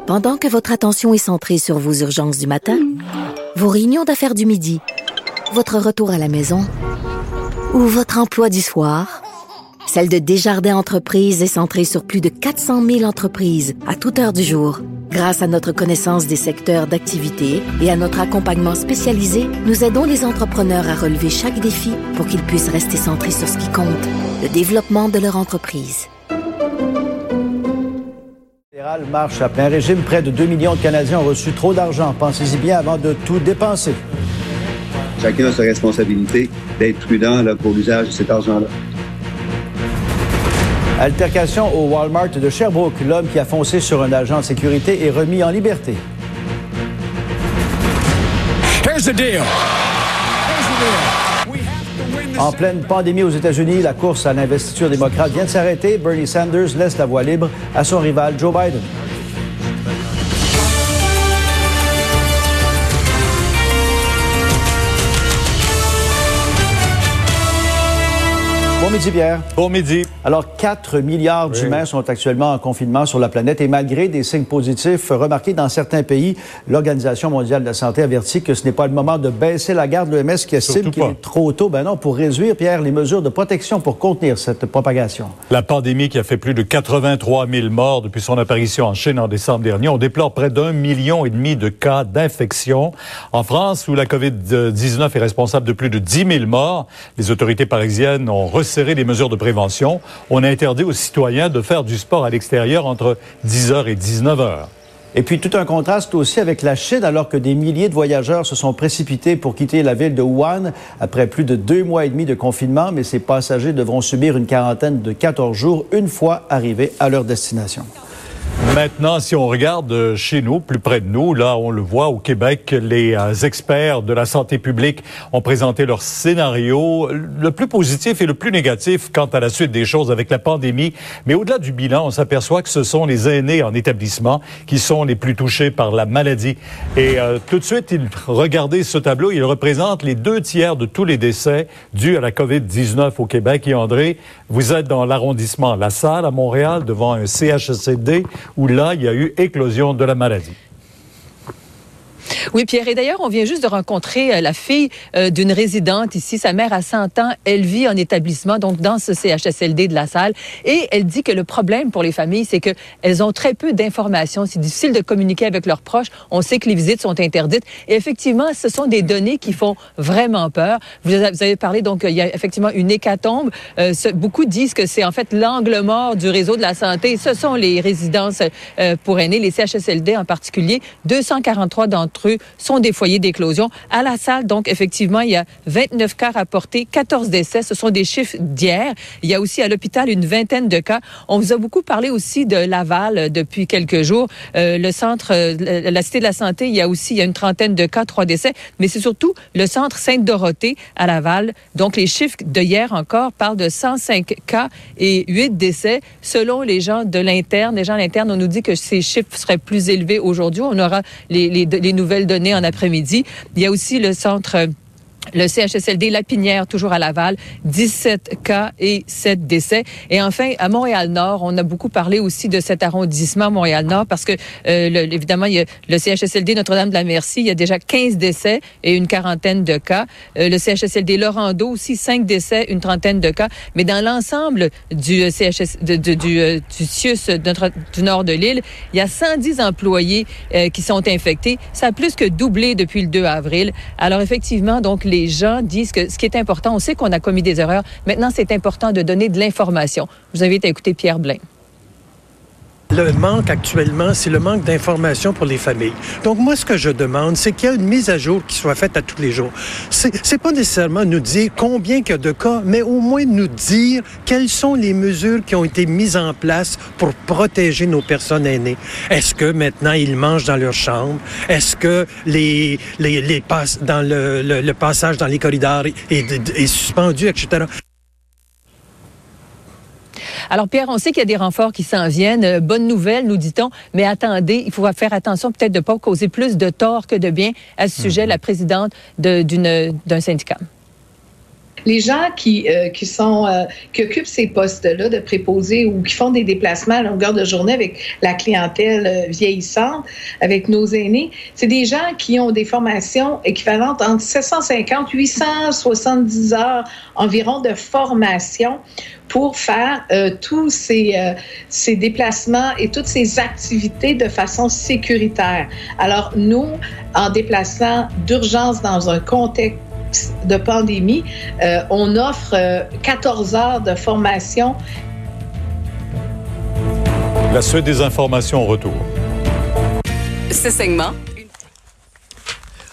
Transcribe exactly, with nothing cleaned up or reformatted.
Pendant que votre attention est centrée sur vos urgences du matin, vos réunions d'affaires du midi, votre retour à la maison ou votre emploi du soir, celle de Desjardins Entreprises est centrée sur plus de quatre cent mille entreprises à toute heure du jour. Grâce à notre connaissance des secteurs d'activité et à notre accompagnement spécialisé, nous aidons les entrepreneurs à relever chaque défi pour qu'ils puissent rester centrés sur ce qui compte, le développement de leur entreprise. Le fédéral marche à plein régime. Près de deux millions de Canadiens ont reçu trop d'argent. Pensez-y bien avant de tout dépenser. Chacun a sa responsabilité d'être prudent là, pour l'usage de cet argent-là. Altercation au Walmart de Sherbrooke. L'homme qui a foncé sur un agent de sécurité est remis en liberté. Here's the deal. En pleine pandémie aux États-Unis, la course à l'investiture démocrate vient de s'arrêter. Bernie Sanders laisse la voie libre à son rival Joe Biden. Bon midi, Pierre. Bon midi. Alors, quatre milliards oui. d'humains sont actuellement en confinement sur la planète et malgré des signes positifs remarqués dans certains pays, l'Organisation mondiale de la santé avertit que ce n'est pas le moment de baisser la garde. L'O M S qui estime qu'il est trop tôt, ben non, pour réduire, Pierre, les mesures de protection pour contenir cette propagation. La pandémie qui a fait plus de quatre-vingt-trois mille morts depuis son apparition en Chine en décembre dernier, on déplore près d'un million et demi de cas d'infection. En France, où la covid dix-neuf est responsable de plus de dix mille morts, les autorités parisiennes ont resserré les mesures de prévention. On a interdit aux citoyens de faire du sport à l'extérieur entre dix heures et dix-neuf heures. Et puis tout un contraste aussi avec la Chine, alors que des milliers de voyageurs se sont précipités pour quitter la ville de Wuhan après plus de deux mois et demi de confinement, mais ces passagers devront subir une quarantaine de quatorze jours une fois arrivés à leur destination. Maintenant, si on regarde chez nous, plus près de nous, là, on le voit au Québec, les euh, experts de la santé publique ont présenté leur scénario, le plus positif et le plus négatif quant à la suite des choses avec la pandémie. Mais au-delà du bilan, on s'aperçoit que ce sont les aînés en établissement qui sont les plus touchés par la maladie. Et euh, tout de suite, il, regardez ce tableau, il représente les deux tiers de tous les décès dus à la covid dix-neuf au Québec. Et André, vous êtes dans l'arrondissement La Salle à Montréal, devant un C H S L D, où là, il y a eu éclosion de la maladie. Oui, Pierre. Et d'ailleurs, on vient juste de rencontrer euh, la fille euh, d'une résidente ici. Sa mère a cent ans. Elle vit en établissement, donc dans ce C H S L D de La Salle. Et elle dit que le problème pour les familles, c'est qu'elles ont très peu d'informations. C'est difficile de communiquer avec leurs proches. On sait que les visites sont interdites. Et effectivement, ce sont des données qui font vraiment peur. Vous avez parlé, donc, il y a effectivement une hécatombe. Euh, ce, beaucoup disent que c'est en fait l'angle mort du réseau de la santé. Ce sont les résidences euh, pour aînés, les C H S L D en particulier. deux cent quarante-trois d'entre eux sont des foyers d'éclosion. À La Salle, donc, effectivement, il y a vingt-neuf cas rapportés, quatorze décès. Ce sont des chiffres d'hier. Il y a aussi à l'hôpital une vingtaine de cas. On vous a beaucoup parlé aussi de Laval depuis quelques jours. Euh, le centre, euh, la Cité de la Santé, il y a aussi il y a une trentaine de cas, trois décès. Mais c'est surtout le centre Sainte-Dorothée à Laval. Donc, les chiffres de hier encore parlent de cent cinq cas et huit décès. Selon les gens de l'interne, les gens de l'interne, on nous dit que ces chiffres seraient plus élevés aujourd'hui. On aura les, les, les nouvelles données en après-midi. Il y a aussi le centre... Le C H S L D Lapinière, toujours à Laval, dix-sept cas et sept décès. Et enfin, à Montréal-Nord, on a beaucoup parlé aussi de cet arrondissement Montréal-Nord parce que, euh, le, évidemment, il y a le C H S L D Notre-Dame-de-la-Merci, il y a déjà quinze décès et une quarantaine de cas. Euh, le C H S L D Laurendeau aussi, cinq décès, une trentaine de cas. Mais dans l'ensemble du C H S, de, de, du, euh, du C I U S de notre, du nord de l'île, il y a cent dix employés euh, qui sont infectés. Ça a plus que doublé depuis le deux avril. Alors, effectivement, donc, les Les gens disent que ce qui est important, on sait qu'on a commis des erreurs. Maintenant, c'est important de donner de l'information. Vous avez été écouter Pierre Blain. Le manque actuellement, c'est le manque d'information pour les familles. Donc moi, ce que je demande, c'est qu'il y ait une mise à jour qui soit faite à tous les jours. C'est, c'est pas nécessairement nous dire combien il y a de cas, mais au moins nous dire quelles sont les mesures qui ont été mises en place pour protéger nos personnes aînées. Est-ce que maintenant ils mangent dans leur chambre? Est-ce que les les les passes dans le, le le passage dans les corridors est, est, est suspendu, et cetera. Alors, Pierre, on sait qu'il y a des renforts qui s'en viennent. Euh, bonne nouvelle, nous dit-on. Mais attendez, il faut faire attention peut-être de ne pas causer plus de tort que de bien à ce sujet, mmh. la présidente de, d'une, d'un syndicat. Les gens qui, euh, qui, sont, euh, qui occupent ces postes-là de préposés ou qui font des déplacements à longueur de journée avec la clientèle euh, vieillissante, avec nos aînés, c'est des gens qui ont des formations équivalentes entre sept cent cinquante et huit cent soixante-dix heures environ de formation pour faire euh, tous ces, euh, ces déplacements et toutes ces activités de façon sécuritaire. Alors, nous, en déplaçant d'urgence dans un contexte de pandémie, euh, on offre euh, quatorze heures de formation. La suite des informations au retour. Ce segment